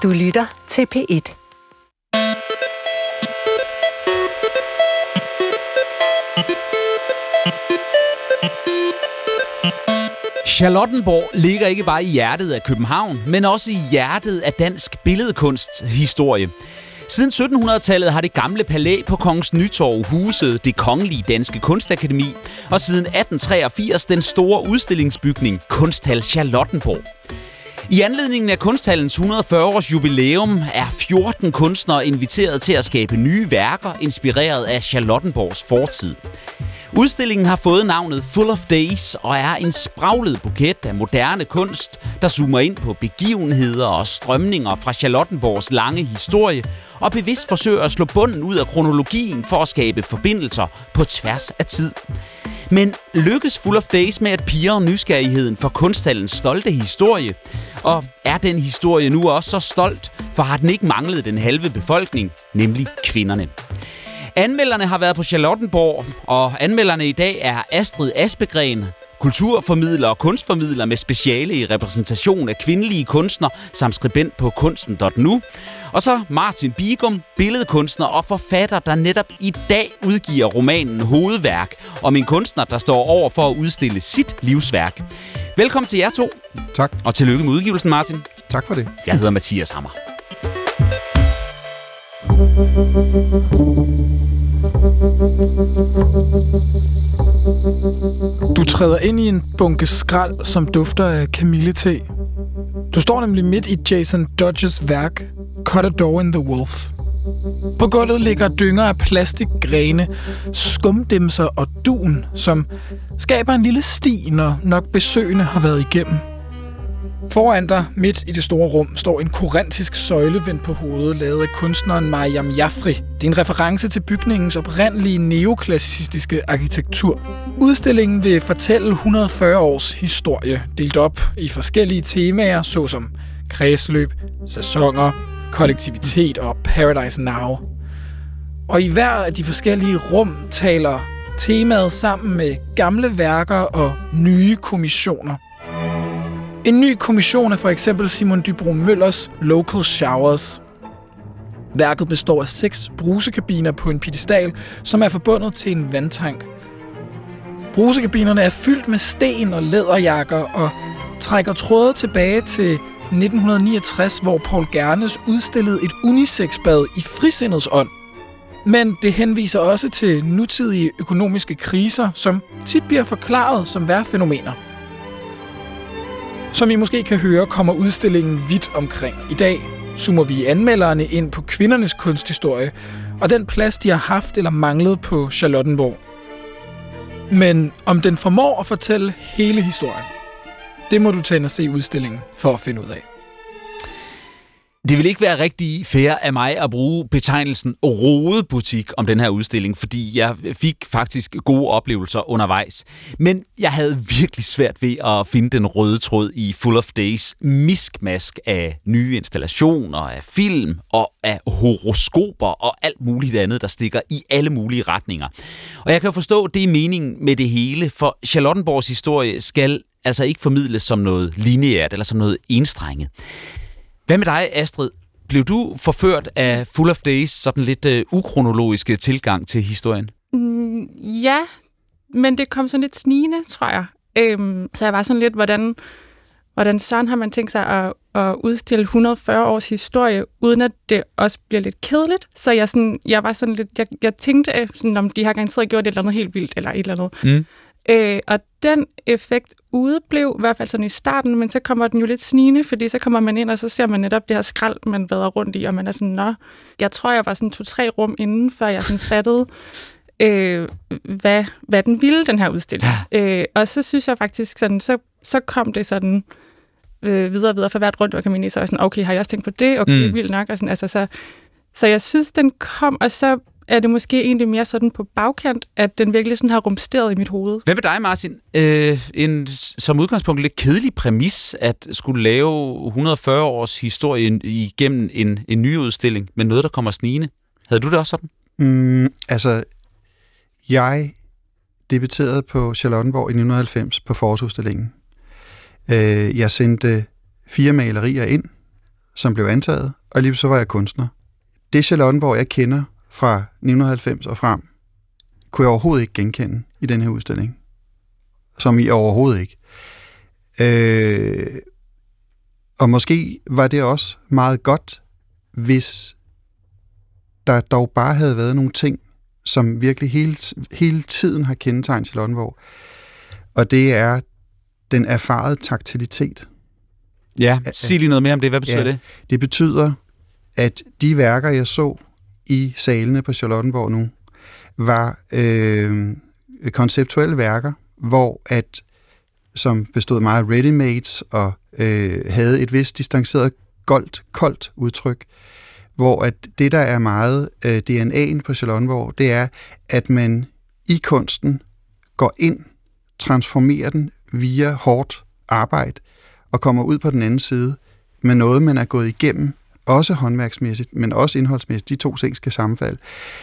Du lytter til P1. Charlottenborg ligger ikke bare i hjertet af København, men også i hjertet af dansk billedkunsthistorie. Siden 1700-tallet har det gamle palæ på Kongens Nytorv huset Det Kongelige Danske Kunstakademi, og siden 1883 den store udstillingsbygning Kunsthal Charlottenborg. I anledningen af Kunsthallens 140-års jubilæum er 14 kunstnere inviteret til at skabe nye værker, inspireret af Charlottenborgs fortid. Udstillingen har fået navnet Full of Days og er en spraglet buket af moderne kunst, der zoomer ind på begivenheder og strømninger fra Charlottenborgs lange historie og bevidst forsøger at slå bunden ud af kronologien for at skabe forbindelser på tværs af tid. Men lykkes Full of Days med at pirre nysgerrigheden for Kunsthallens stolte historie? Og er den historie nu også så stolt, for har den ikke manglet den halve befolkning, nemlig kvinderne? Anmelderne har været på Charlottenborg, og anmelderne i dag er Astrid Aspegren, kulturformidler og kunstformidler med speciale i repræsentation af kvindelige kunstnere, samt skribent på kunsten.nu. Og så Martin Bigum, billedkunstner og forfatter, der netop i dag udgiver romanen Hovedværk, om en kunstner, der står over for at udstille sit livsværk. Velkommen til jer to. Tak. Og tillykke med udgivelsen, Martin. Tak for det. Jeg hedder Mathias Hammer. Du træder ind i en bunke skrald, som dufter af kamillete. Du står nemlig midt i Jason Dodges værk, Cut a Door in the Wolf. På gulvet ligger dynger af plastikgrene, skumdimser og dun, som skaber en lille sti, når nok besøgende har været igennem. Foran dig, midt i det store rum, står en korintisk søjle vendt på hovedet, lavet af kunstneren Mariam Jafri. Det er en reference til bygningens oprindelige neoklassicistiske arkitektur. Udstillingen vil fortælle 140 års historie, delt op i forskellige temaer, såsom kredsløb, sæsoner, kollektivitet og Paradise Now. Og i hver af de forskellige rum taler temaet sammen med gamle værker og nye kommissioner. En ny kommission er for eksempel Simon Dybro Møllers Local Showers. Værket består af 6 brusekabiner på en pedestal, som er forbundet til en vandtank. Brusekabinerne er fyldt med sten og læderjakker og trækker tråde tilbage til 1969, hvor Paul Gernes udstillede et unisex-bad i frisindets ånd. Men det henviser også til nutidige økonomiske kriser, som tit bliver forklaret som vejrfænomener. Som I måske kan høre, kommer udstillingen vidt omkring. I dag zoomer vi anmelderne ind på kvindernes kunsthistorie og den plads, de har haft eller manglet på Charlottenborg. Men om den formår at fortælle hele historien, det må du tage ind og se udstillingen for at finde ud af. Det vil ikke være rigtig fair af mig at bruge betegnelsen rodebutik om den her udstilling, fordi jeg fik faktisk gode oplevelser undervejs. Men jeg havde virkelig svært ved at finde den røde tråd i Full of Days miskmask af nye installationer, af film og af horoskoper og alt muligt andet, der stikker i alle mulige retninger. Og jeg kan forstå, at det er meningen med det hele, for Charlottenborgs historie skal altså ikke formidles som noget lineært eller som noget enstrenget. Hvad med dig, Astrid? Blev du forført af Full of Days sådan lidt ukronologiske tilgang til historien? Ja, men det kom sådan lidt snigende, tror jeg. Så jeg var sådan lidt, hvordan sådan har man tænkt sig at udstille 140 års historie, uden at det også bliver lidt kedeligt. Så jeg var sådan lidt, jeg tænkte, sådan, om de har garanteret gjort et eller andet helt vildt, eller et eller andet. Og den effekt udeblev, i hvert fald sådan i starten, men så kommer den jo lidt snigende, fordi så kommer man ind, og så ser man netop det her skrald, man vader rundt i, og man er sådan, nå, jeg tror, jeg var sådan 2-3 rum inden, før jeg sådan fattede, hvad den ville, den her udstilling. Og så synes jeg faktisk, sådan, så kom det sådan videre for hvert rundt, og kan man så sådan, okay, har jeg også tænkt på det? Okay, vildt nok. Og sådan, altså, så jeg synes, den kom, og så er det måske egentlig mere sådan på bagkant, at den virkelig sådan har rumsteret i mit hoved. Hvad med dig, Martin? En som udgangspunkt lidt kedelig præmis, at skulle lave 140 års historie igennem en ny udstilling, med noget, der kommer snigende. Havde du det også sådan? Jeg debuterede på Charlottenborg i 1990 på forårsudstillingen. Jeg sendte 4 malerier ind, som blev antaget, og lige så var jeg kunstner. Det Charlottenborg, jeg kender fra 1990 og frem, kunne jeg overhovedet ikke genkende i den her udstilling. Som i overhovedet ikke. Og måske var det også meget godt, hvis der dog bare havde været nogle ting, som virkelig hele tiden har kendetegnet Charlottenborg. Og det er den erfarede taktilitet. Ja, sig lige noget mere om det. Hvad betyder det? Det betyder, at de værker, jeg så i salene på Charlottenborg nu, var konceptuelle værker, hvor som bestod meget af ready-mades og havde et vist distanceret koldt udtryk, hvor at det, der er meget DNA'en på Charlottenborg, det er, at man i kunsten går ind, transformerer den via hårdt arbejde, og kommer ud på den anden side med noget, man er gået igennem, også håndværksmæssigt, men også indholdsmæssigt. De to ting skal sammenfalde.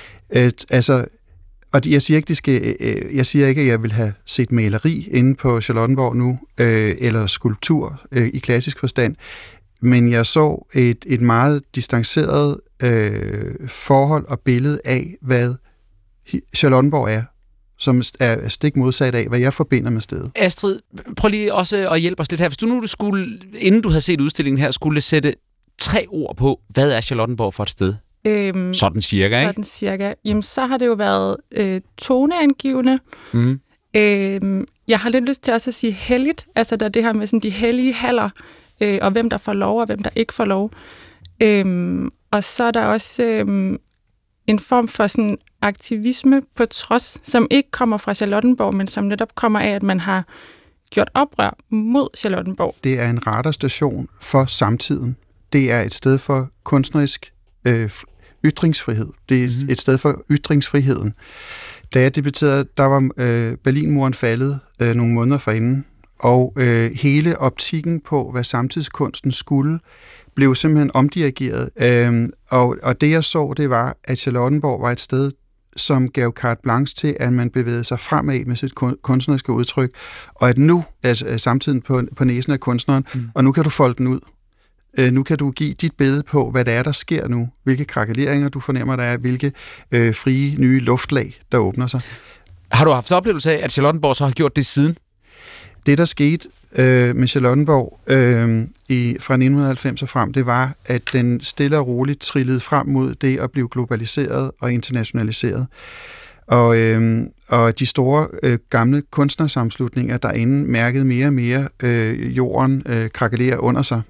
Og jeg siger ikke, at jeg vil have set maleri inde på Charlottenborg nu, eller skulptur i klassisk forstand, men jeg så et meget distanceret forhold og billede af, hvad Charlottenborg er, som er stik modsat af, hvad jeg forbinder med stedet. Astrid, prøv lige også at hjælpe os lidt her. Hvis du nu inden du havde set udstillingen her, skulle sætte 3 ord på, hvad er Charlottenborg for et sted? Sådan cirka, ikke? Sådan cirka. Jamen, så har det jo været toneangivende. Mm. Jeg har lidt lyst til også at sige helligt, altså der er det her med sådan de hellige haller, og hvem der får lov, og hvem der ikke får lov. Og så er der også en form for sådan aktivisme på trods, som ikke kommer fra Charlottenborg, men som netop kommer af, at man har gjort oprør mod Charlottenborg. Det er en radarstation for samtiden. Det er et sted for kunstnerisk ytringsfrihed. Det er et sted for ytringsfriheden. Da jeg debuterede, der var Berlinmuren faldet nogle måneder forinden, og hele optikken på, hvad samtidskunsten skulle, blev simpelthen omdirigeret. Og det jeg så, det var, at Charlottenborg var et sted, som gav carte blanche til, at man bevægede sig fremad med sit kunstneriske udtryk, og at nu, altså samtiden på næsen af kunstneren, og nu kan du folde den ud. Nu kan du give dit billede på, hvad det er, der sker nu, hvilke krakeleringer du fornemmer, der er, hvilke frie, nye luftlag, der åbner sig. Har du haft oplevelse af, at Charlottenborg så har gjort det siden? Det, der skete med Charlottenborg fra 1990 og frem, det var, at den stille og roligt trillede frem mod det at blive globaliseret og internationaliseret. Og de store gamle kunstnersammenslutninger derinde mærkede mere og mere jorden krakelere under sig.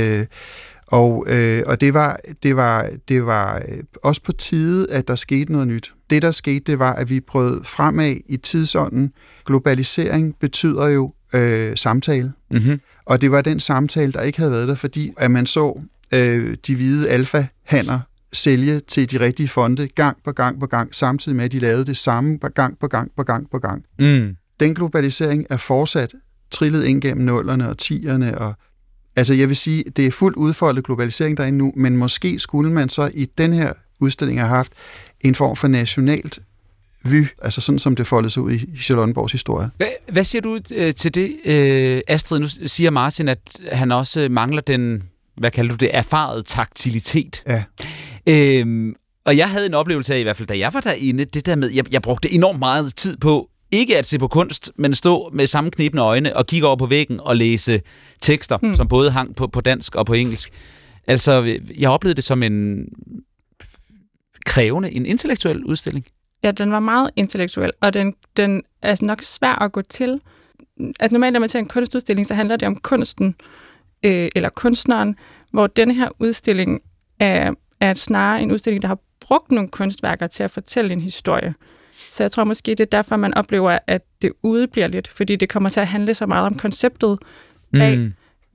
Og det var også på tide, at der skete noget nyt. Det, der skete, det var, at vi brød fremad i tidsånden. Globalisering betyder jo samtale. Mm-hmm. Og det var den samtale, der ikke havde været der, fordi at man så de hvide alfa-hanner sælge til de rigtige fonde gang på gang, samtidig med, at de lavede det samme gang på gang. Mm. Den globalisering er fortsat trillet ind gennem 0'erne og 10'erne. Og, altså jeg vil sige, det er fuldt udfoldet globalisering derinde nu, men måske skulle man så i den her udstilling have haft en form for nationalt vy, altså sådan som det foldede sig ud i Charlottenborgs historie. Hvad siger du til det, Astrid? Nu siger Martin, at han også mangler den, hvad kalder du det, erfarede taktilitet. Ja. Og jeg havde en oplevelse af, i hvert fald da jeg var derinde, det der med, jeg brugte enormt meget tid på, ikke at se på kunst, men stå med sammenknebne øjne og kigge over på væggen og læse tekster, som både hang på dansk og på engelsk. Altså, jeg oplevede det som en krævende, en intellektuel udstilling. Ja, den var meget intellektuel, og den er nok svær at gå til. Altså normalt, når man tager en kunstudstilling, så handler det om kunsten, eller kunstneren, hvor denne her udstilling er snarere en udstilling, der har brugt nogle kunstværker til at fortælle en historie. Så jeg tror måske, det er derfor, man oplever, at det udebliver lidt, fordi det kommer til at handle så meget om konceptet af.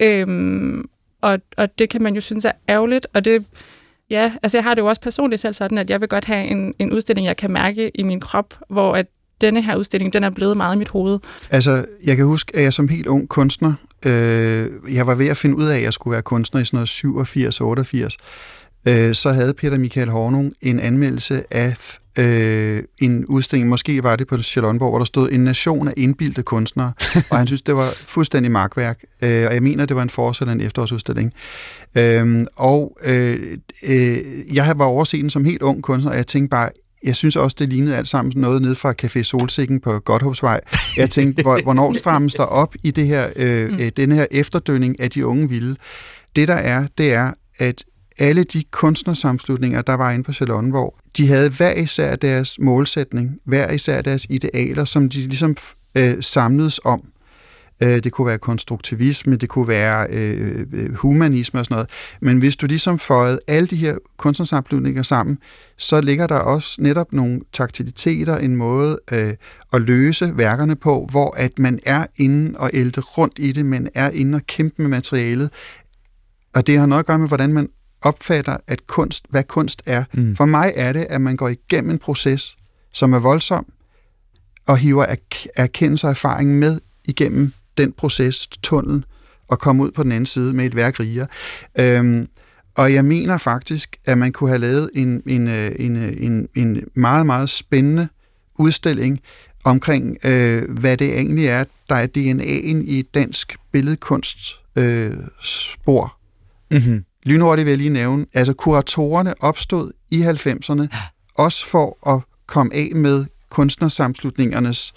Og det kan man jo synes er ærgerligt, og det... Ja, altså jeg har det jo også personligt selv sådan, at jeg vil godt have en udstilling, jeg kan mærke i min krop, hvor at denne her udstilling, den er blevet meget i mit hoved. Altså, jeg kan huske, at jeg som helt ung kunstner, jeg var ved at finde ud af, at jeg skulle være kunstner i sådan noget 87-88, så havde Peter Michael Hornung en anmeldelse af en udstilling, måske var det på Charlottenborg, hvor der stod en nation af indbildte kunstnere, og han synes, det var fuldstændig makværk, og jeg mener, det var en forårs- eller en efterårsudstilling. Jeg var overset den som helt ung kunstner, og jeg tænkte bare, jeg synes også, det lignede alt sammen noget nede fra Café Solsikken på Godthåbsvej. Jeg tænkte, hvornår strammes der op i det her, den her efterdønning af de unge vilde? Det er, at alle de kunstnersammenslutninger, der var inde på Charlottenborg, de havde hver især deres målsætning, hver især deres idealer, som de ligesom samledes om. Det kunne være konstruktivisme, det kunne være humanisme og sådan noget. Men hvis du ligesom føjede alle de her kunstnersammenslutninger sammen, så ligger der også netop nogle taktiliteter, en måde at løse værkerne på, hvor at man er inde og ælte rundt i det, man er inde og kæmpe med materialet. Og det har noget at gøre med, hvordan man opfatter, at hvad kunst er. For mig er det, at man går igennem en proces, som er voldsom, og hiver erkendelse og erfaring med igennem den proces, tunnelen, og komme ud på den anden side med et værk rigere. Og jeg mener faktisk, at man kunne have lavet en meget, meget spændende udstilling omkring, hvad det egentlig er, der er DNA'en i dansk billedkunst spor. Mm-hmm. Lynhurtigt vil jeg lige nævne, altså kuratorerne opstod i 90'erne, også for at komme af med kunstnersammenslutningernes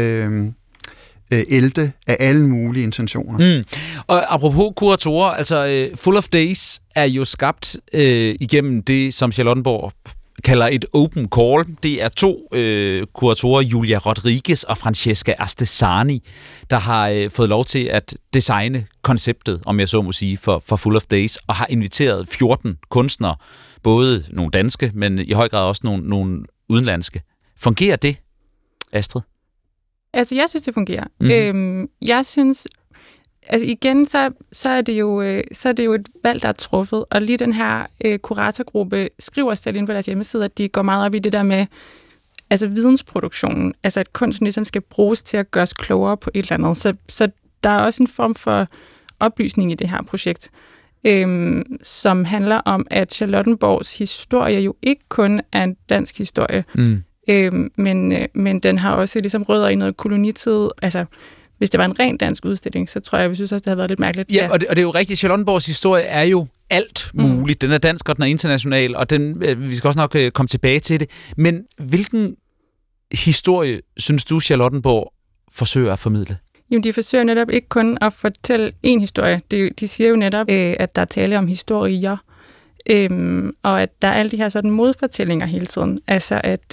ælte af alle mulige intentioner. Og apropos kuratorer, altså Full of Days er jo skabt igennem det, som Charlottenborg kalder et open call. Det er 2 kuratorer, Julia Rodriguez og Francesca Astesani, der har fået lov til at designe konceptet, om jeg så må sige, for Full of Days, og har inviteret 14 kunstnere, både nogle danske, men i høj grad også nogle udenlandske. Fungerer det, Astrid? Altså, jeg synes, det fungerer. Jeg synes, altså igen, så er det jo et valg, der er truffet, og lige den her kuratorgruppe skriver selv inde på deres hjemmeside, at de går meget op i det der med altså vidensproduktionen, altså at kunsten ligesom skal bruges til at gøre os klogere på et eller andet. Så der er også en form for oplysning i det her projekt, som handler om, at Charlottenborgs historie jo ikke kun er en dansk historie, men den har også ligesom rødder i noget kolonitid. Altså, hvis det var en ren dansk udstilling, så tror jeg synes også, det havde været lidt mærkeligt. Ja, og det er jo rigtigt. Charlottenborgs historie er jo alt muligt. Den er dansk, og den er international, og vi skal også nok komme tilbage til det. Men hvilken historie synes du, Charlottenborg forsøger at formidle? Jamen, de forsøger netop ikke kun at fortælle én historie. De siger jo netop, at der er tale om historier, og at der er alle de her sådan modfortællinger hele tiden. Altså, at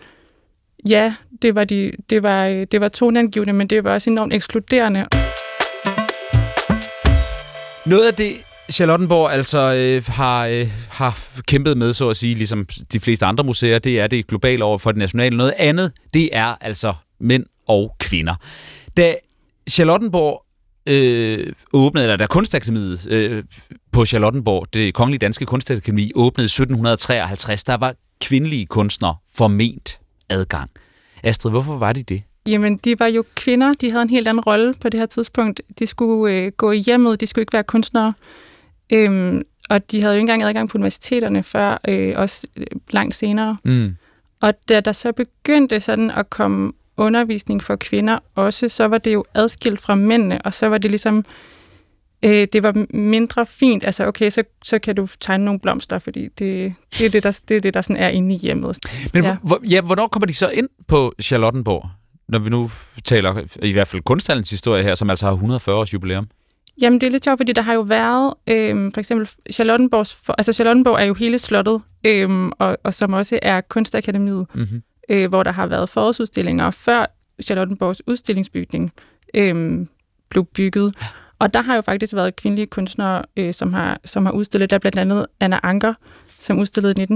det var toneangivende, men det var også enormt ekskluderende. Noget af det, Charlottenborg altså har kæmpet med, så at sige, ligesom de fleste andre museer, det er det globale over for det nationale. Noget andet, det er altså mænd og kvinder. Da Charlottenborg åbnede, eller da Kunstakademiet på Charlottenborg, det Kongelige Danske Kunstakademi, åbnede 1753, der var kvindelige kunstnere forment adgang. Astrid, hvorfor var de det? Jamen, de var jo kvinder. De havde en helt anden rolle på det her tidspunkt. De skulle gå i hjemmet. De skulle ikke være kunstnere. Og de havde jo ikke engang adgang på universiteterne før, også langt senere. Og da der så begyndte sådan at komme undervisning for kvinder også, så var det jo adskilt fra mændene, og så var det ligesom, det var mindre fint. Altså, okay, så kan du tegne nogle blomster, fordi det er det, der sådan er inde i hjemmet. Men hvornår kommer de så ind på Charlottenborg, når vi nu taler i hvert fald Kunsthallens historie her, som altså har 140 års jubilæum? Jamen, det er lidt sjovt, fordi der har jo været, for eksempel Charlottenborg er jo hele slottet, og som også er Kunstakademiet, hvor der har været forårsudstillinger før Charlottenborgs udstillingsbygning blev bygget. Og der har jo faktisk været kvindelige kunstnere, som har udstillet, der blandt andet Anna Anker, som udstillede i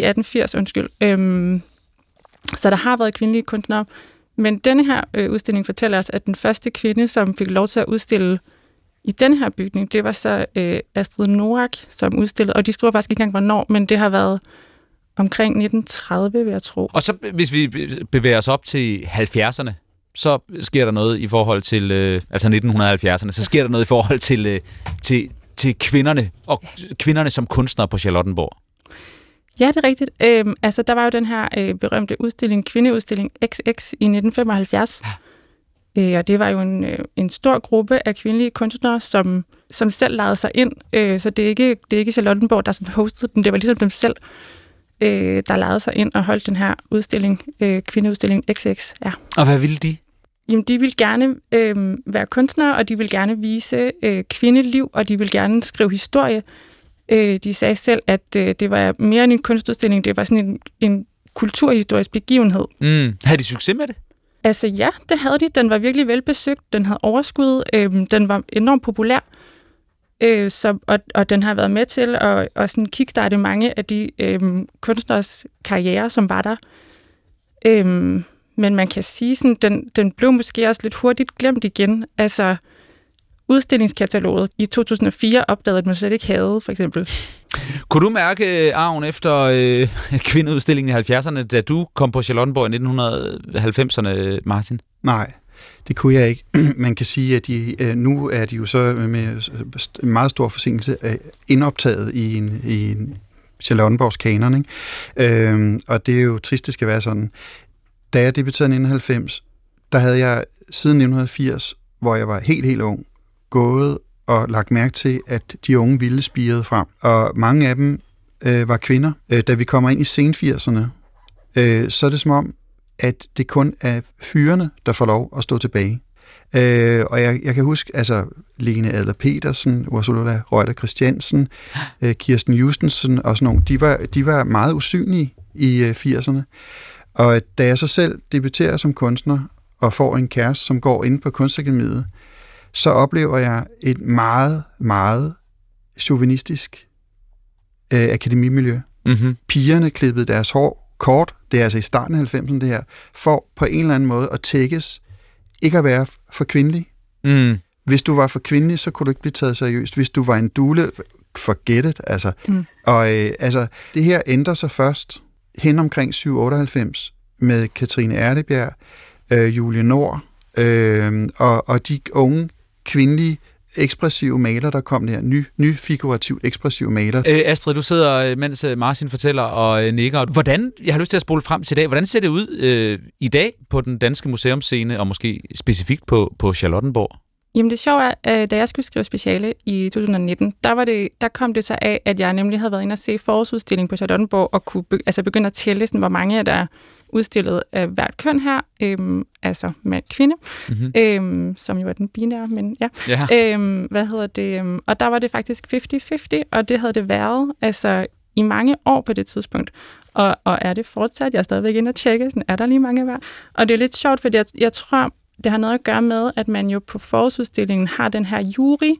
1880, Så der har været kvindelige kunstnere. Men denne her udstilling fortæller os, at den første kvinde, som fik lov til at udstille i den her bygning, det var så Astrid Noack, som udstillede. Og de skriver faktisk ikke engang, hvornår, men det har været omkring 1930, vil jeg tro. Og så hvis vi bevæger os op til 70'erne, så sker der noget i forhold til, altså 1970'erne, så sker der noget i forhold til kvinderne, og kvinderne som kunstnere på Charlottenborg. Ja, det er rigtigt. Altså, der var jo den her berømte udstilling, kvindeudstilling XX i 1975. Og det var jo en stor gruppe af kvindelige kunstnere, som selv lejede sig ind. Så det er ikke Charlottenborg, der sådan hostede den. Det var ligesom dem selv, der lejede sig ind og holdt den her udstilling, kvindeudstilling XX. Ja. Og hvad ville de? Jamen, de ville gerne være kunstnere, og de ville gerne vise kvindeliv, og de ville gerne skrive historie. De sagde selv, at det var mere end en kunstudstilling, det var sådan en kulturhistorisk begivenhed. Havde de succes med det? Altså ja, det havde de. Den var virkelig velbesøgt, den havde overskud, den var enormt populær, og den har været med til at sådan kickstarte mange af de kunstners karriere, som var der. Men man kan sige, sådan, den blev måske også lidt hurtigt glemt igen. Altså, udstillingskataloget i 2004 opdagede, at man slet ikke havde, for eksempel. Kunne du mærke arven efter kvindeudstillingen i 70'erne, da du kom på Charlottenborg i 1990'erne, Martin? Nej, det kunne jeg ikke. Man kan sige, at nu er de jo så med en meget stor forsinkelse indoptaget i en Charlottenborgs kanon, ikke? Og det er jo trist, det skal være sådan. Da jeg debuterede i 1990, der havde jeg siden 1980, hvor jeg var helt ung, gået og lagt mærke til, at de unge vilde spirede frem. Og mange af dem var kvinder. Da vi kommer ind i sen 80'erne, så er det som om, at det kun er fyrene, der får lov at stå tilbage. Og jeg kan huske, altså Lene Adler-Petersen, Ursula Reuter Christiansen, Kirsten Justensen og sådan nogle, de var meget usynlige i 80'erne. Og da jeg så selv debuterer som kunstner og får en kæreste, som går ind på Kunstakademiet, så oplever jeg et meget, meget chauvinistisk akademimiljø. Mm-hmm. Pigerne klippede deres hår kort, det er altså i starten af 90'erne det her, for på en eller anden måde at tækkes, ikke at være for kvindelig. Mm. Hvis du var for kvindelig, så kunne du ikke blive taget seriøst. Hvis du var en dule, forget it, altså. Og altså, det her ændrer sig først hen omkring 97 med Katrine Erdebjerg, Julie Nord og de unge kvindelige ekspressive maler, der kom der. Ny figurativt ekspressive maler. Astrid, du sidder, mens Martin fortæller og nikker. Hvordan, jeg har lyst til at spole frem til i dag, hvordan ser det ud i dag på den danske museumsscene, og måske specifikt på Charlottenborg? Jamen det sjove er, da jeg skulle skrive speciale i 2019, der kom det så af, at jeg nemlig havde været inde og se forårsudstilling på Charlottenborg, og kunne begynde at tælle, sådan, hvor mange der er udstillet af hvert køn her, altså mand kvinde, som jo er den binære, men ja. Og der var det faktisk 50-50, og det havde det været altså i mange år på det tidspunkt. Og er det fortsat? Jeg er stadigvæk inde og tjekke, sådan, er der lige mange hver? Og det er lidt sjovt, fordi jeg tror, det har noget at gøre med, at man jo på forårsudstillingen har den her jury,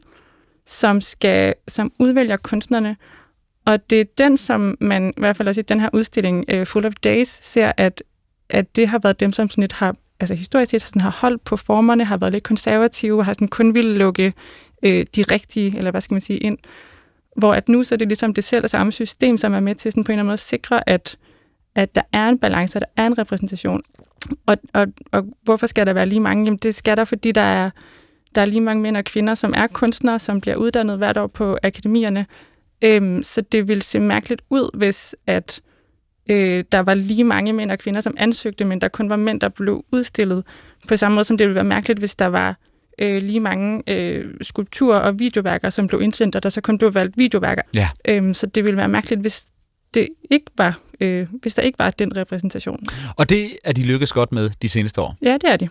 som udvælger kunstnerne. Og det er den, som man i hvert fald også i den her udstilling, Full of Days, ser, at det har været dem, som sådan lidt har, altså historisk set sådan har holdt på formerne, har været lidt konservative, har sådan kun ville lukke de rigtige, eller hvad skal man sige, ind. Hvor at nu så er det ligesom det selv og samme system, som er med til sådan på en eller anden måde at sikre, at der er en balance, og der er en repræsentation. Og hvorfor skal der være lige mange? Jamen det skal der, fordi der er lige mange mænd og kvinder, som er kunstnere, som bliver uddannet hvert år på akademierne. Så det ville se mærkeligt ud, hvis at der var lige mange mænd og kvinder, som ansøgte, men der kun var mænd, der blev udstillet. På samme måde som det ville være mærkeligt, hvis der var lige mange skulpturer og videoværker, som blev indsendt, og der så kun blev valgt videoværker. Ja. Så det ville være mærkeligt, hvis det ikke var, hvis der ikke var den repræsentation. Og det er de lykkes godt med de seneste år? Ja, det er de.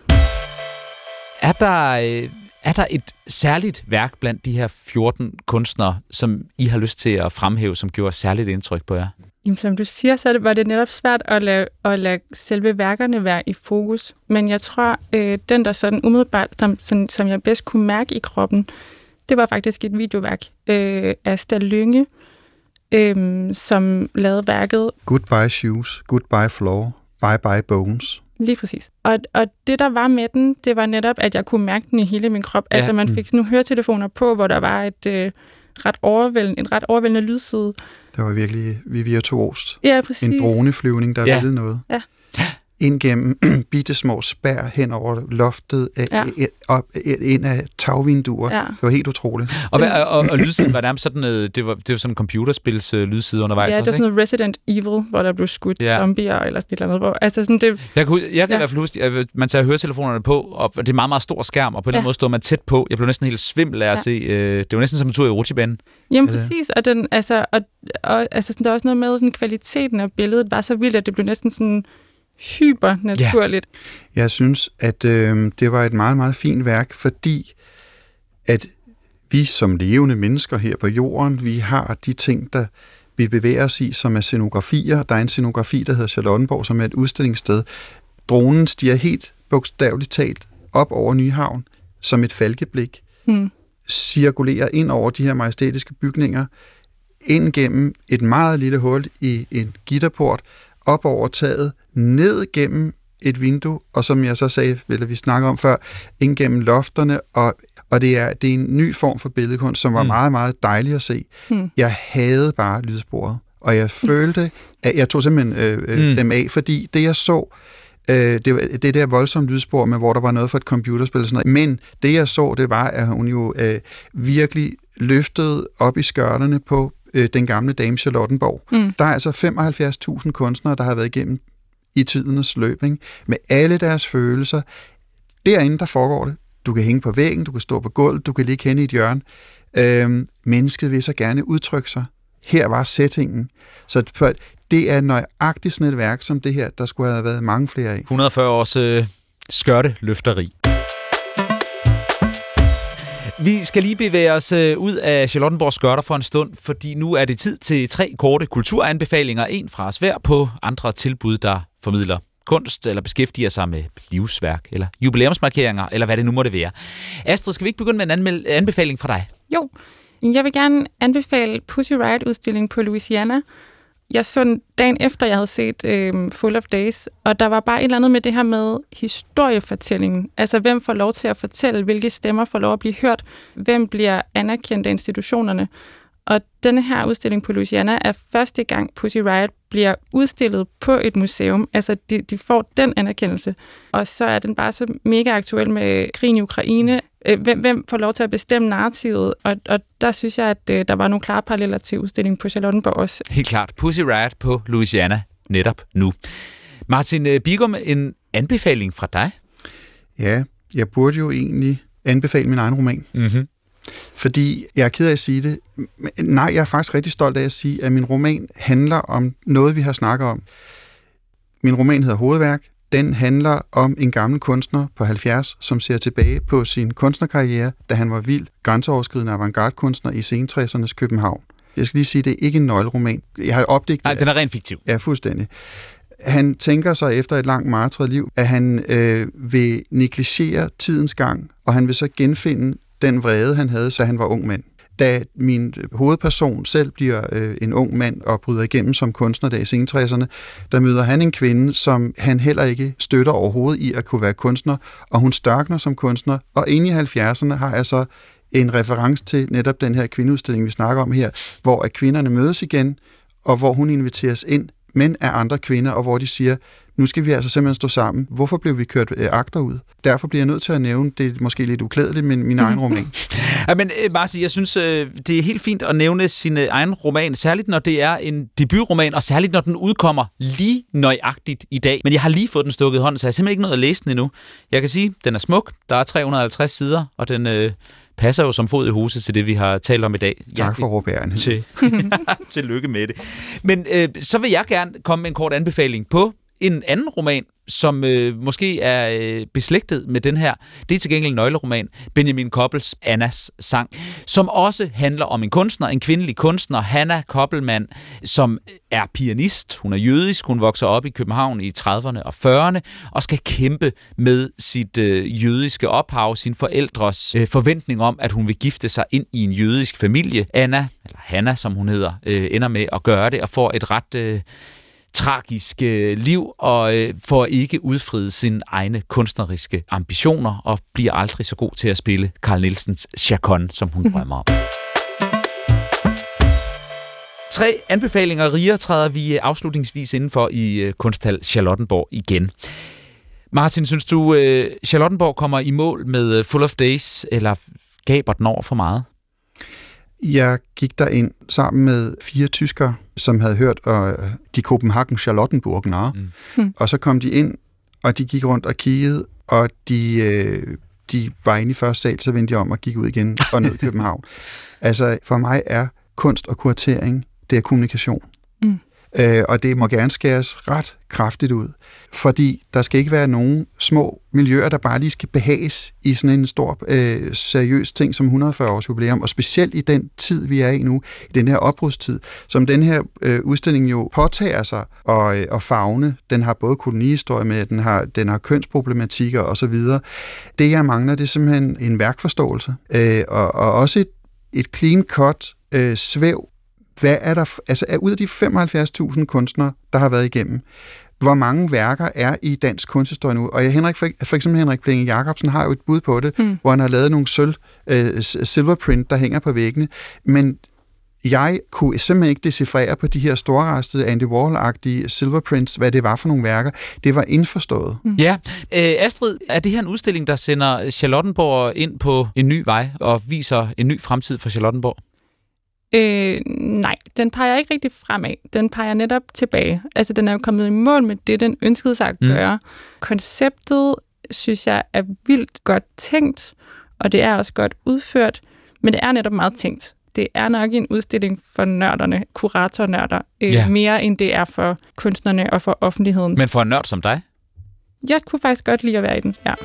Er der et særligt værk blandt de her 14 kunstnere, som I har lyst til at fremhæve, som gjorde særligt indtryk på jer? Jamen, som du siger, så var det netop svært at lade selve værkerne være i fokus. Men jeg tror, den der sådan umiddelbart, som jeg bedst kunne mærke i kroppen, det var faktisk et videoværk af Stal Lynge, som lavede værket Goodbye Shoes, Goodbye Floor, Bye Bye Bones. Lige præcis. Og det, der var med den, det var netop, at jeg kunne mærke den i hele min krop. Ja. Altså, man fik sådan nogle høretelefoner på, hvor der var en ret overvældende lydside. Det var virkelig virtuost. Ja, præcis. En droneflyvning, der ville noget. Ja. ind gennem bittesmå spær hen over loftet, op ind af tagvinduer. Ja. Det var helt utroligt. Og lydsiden var nærmest sådan, det var sådan en computerspils lydside undervejs. Ja, det var sådan noget Resident Evil, hvor der blev skudt zombier eller sådan noget. Hvor, altså sådan det. Jeg kan i hvert fald huske, at man tager høretelefonerne på, og det er meget, meget stor skærm, og på en eller anden måde står man tæt på. Jeg blev næsten helt svimmel af at se. Det var næsten som en tur i rutsjebanen. Jamen præcis, og den, altså sådan, der er også noget med sådan, kvaliteten af billedet var så vildt, at det blev næsten sådan hypernaturligt. Ja. Jeg synes, at det var et meget, meget fint værk, fordi at vi som levende mennesker her på jorden, vi har de ting, der vi bevæger os i, som er scenografier. Der er en scenografi, der hedder Charlottenborg, som er et udstillingssted. Dronen stiger helt bogstaveligt talt op over Nyhavn som et falkeblik, cirkulerer ind over de her majestætiske bygninger, ind gennem et meget lille hul i en gitterport, op over taget, ned gennem et vindue, og som jeg så sagde, eller vi snakker om før, ind gennem lofterne, og det er en ny form for billedkunst, som var meget, meget dejlig at se. Jeg havde bare lydsporet, og jeg følte, at jeg tog simpelthen dem af, fordi det jeg så, det der voldsomme lydspor med, hvor der var noget for et computerspil og sådan noget. Men det jeg så, det var, at hun jo virkelig løftede op i skørterne på den gamle dame Charlottenborg. Der er altså 75.000 kunstnere, der har været igennem i tidernes løb, ikke? Med alle deres følelser. Derinde, der foregår det. Du kan hænge på væggen, du kan stå på gulvet, du kan ligge henne i et hjørne. Mennesket vil så gerne udtrykke sig. Her var settingen. Så det er nøjagtigt sådan et værk som det her, der skulle have været mange flere af. 140 års skørteløfteri. Vi skal lige bevæge os ud af Charlottenborgs skørter for en stund, fordi nu er det tid til 3 korte kulturanbefalinger. En fra os hver på andre tilbud, der formidler kunst eller beskæftiger sig med livsværk eller jubilæumsmarkeringer, eller hvad det nu måtte være. Astrid, skal vi ikke begynde med en anbefaling fra dig? Jo, jeg vil gerne anbefale Pussy Riot-udstillingen på Louisiana. Jeg så den dagen efter, jeg havde set Full of Days, og der var bare et eller andet med det her med historiefortællingen. Altså, hvem får lov til at fortælle, hvilke stemmer får lov at blive hørt, hvem bliver anerkendt af institutionerne. Og denne her udstilling på Louisiana er første gang Pussy Riot bliver udstillet på et museum. Altså, de får den anerkendelse. Og så er den bare så mega aktuel med krigen i Ukraine. Hvem får lov til at bestemme narrativet? Og der synes jeg, at der var nogle klare paralleller til udstillingen på Charlottenborg også. Helt klart. Pussy Riot på Louisiana netop nu. Martin Bigum, en anbefaling fra dig? Ja, jeg burde jo egentlig anbefale min egen roman. Mm-hmm. Fordi jeg er ked af at sige det. Nej, jeg er faktisk rigtig stolt af at sige, at min roman handler om noget, vi har snakket om. Min roman hedder Hovedværk. Den handler om en gammel kunstner på 70, som ser tilbage på sin kunstnerkarriere, da han var vild, grænseoverskridende avantgarde-kunstner i sen-60'ernes København. Jeg skal lige sige, det er ikke en nøgleroman. Jeg har opdigtet... Nej, den er rent fiktiv. Ja, fuldstændig. Han tænker sig efter et langt martret liv, at han vil negligere tidens gang, og han vil så genfinde den vrede, han havde, så han var ung mand. Da min hovedperson selv bliver en ung mand og bryder igennem som kunstner der i sen-60'erne, der møder han en kvinde, som han heller ikke støtter overhovedet i at kunne være kunstner, og hun størkner som kunstner, og inde i 70'erne har jeg så en reference til netop den her kvindeudstilling, vi snakker om her, hvor at kvinderne mødes igen, og hvor hun inviteres ind, men af andre kvinder, og hvor de siger, nu skal vi altså simpelthen stå sammen. Hvorfor blev vi kørt agter ud? Derfor bliver jeg nødt til at nævne, det er måske lidt uklædeligt, men min egen roman. Ja, men Marci, jeg synes, det er helt fint at nævne sin egen roman, særligt når det er en debutroman, og særligt når den udkommer lige nøjagtigt i dag. Men jeg har lige fået den stukket i hånden, så jeg har simpelthen ikke nået at læse den endnu. Jeg kan sige, den er smuk, der er 350 sider, og den passer jo som fod i huset til det, vi har talt om i dag. Tak for råbæren. Tillykke med det. Men så vil jeg gerne komme med en kort anbefaling på en anden roman, som måske er beslægtet med den her. Det er til gengæld en nøgleroman, Benjamin Koppels Annas sang, som også handler om en kunstner, en kvindelig kunstner, Hanna Koppelmann, som er pianist. Hun er jødisk, hun vokser op i København i 30'erne og 40'erne, og skal kæmpe med sit jødiske ophav, sin forældres forventning om, at hun vil gifte sig ind i en jødisk familie. Anna, eller Hanna, som hun hedder, ender med at gøre det, og får et ret tragisk liv, og får ikke udfriet sine egne kunstneriske ambitioner, og bliver aldrig så god til at spille Carl Nielsens Chacon, som hun drømmer om. 3 anbefalinger rigere træder vi afslutningsvis indenfor i Kunsthal Charlottenborg igen. Martin, synes du, Charlottenborg kommer i mål med Full of Days, eller gaber den over for meget? Jeg gik derind sammen med 4 tyskere, som havde hørt de Copenhagen Charlottenburgner. Og så kom de ind, og de gik rundt og kiggede, og de var inde i første sal, så vendte de om og gik ud igen og ned i København. Altså, for mig er kunst og kuratering, det er kommunikation. Og det må gerne skæres ret kraftigt ud, fordi der skal ikke være nogen små miljøer, der bare lige skal behages i sådan en stor, seriøs ting som 140 års jubilæum, og specielt i den tid, vi er i nu, i den her opbrudstid, som den her udstilling jo påtager sig og favne. Den har både kolonihistorie med, den har kønsproblematikker osv. Det, jeg mangler, det er simpelthen en værkforståelse, og også et clean cut svæv. Hvad er der, altså ud af de 75.000 kunstnere, der har været igennem, hvor mange værker er i dansk kunsthistorie nu? Og for eksempel Henrik Plinge Jacobsen har jo et bud på det, hvor han har lavet nogle silverprint, der hænger på væggene. Men jeg kunne simpelthen ikke decifrere på de her storrastede Andy Warhol-agtige silverprints, hvad det var for nogle værker. Det var indforstået. Ja. Astrid, er det her en udstilling, der sender Charlottenborg ind på en ny vej og viser en ny fremtid for Charlottenborg? Nej, den peger ikke rigtig fremad. Den peger netop tilbage. Altså, den er jo kommet i mål med det, den ønskede sig at gøre. Konceptet, synes jeg, er vildt godt tænkt, og det er også godt udført, men det er netop meget tænkt. Det er nok en udstilling for nørderne, kuratornørder, mere end det er for kunstnerne og for offentligheden. Men for en nørd som dig? Jeg kunne faktisk godt lide at være i den, ja.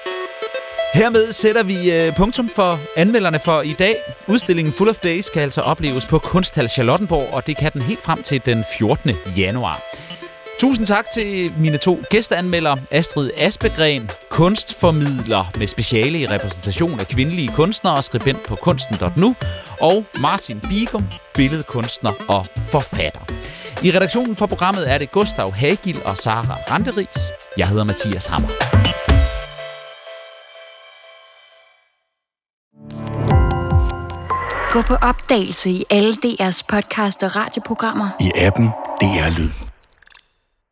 Hermed sætter vi punktum for anmelderne for i dag. Udstillingen Full of Days kan altså opleves på Kunsthal Charlottenborg, og det kan den helt frem til den 14. januar. Tusind tak til mine 2 gæsteanmeldere, Astrid Aspegren, kunstformidler med speciale i repræsentation af kvindelige kunstnere og skribent på kunsten.nu, og Martin Bigum, billedkunstner og forfatter. I redaktionen for programmet er det Gustav Hagil og Sara Randeris. Jeg hedder Mathias Hammer. Gå på opdagelse i alle DR's podcast og radioprogrammer. I appen DR Lyd.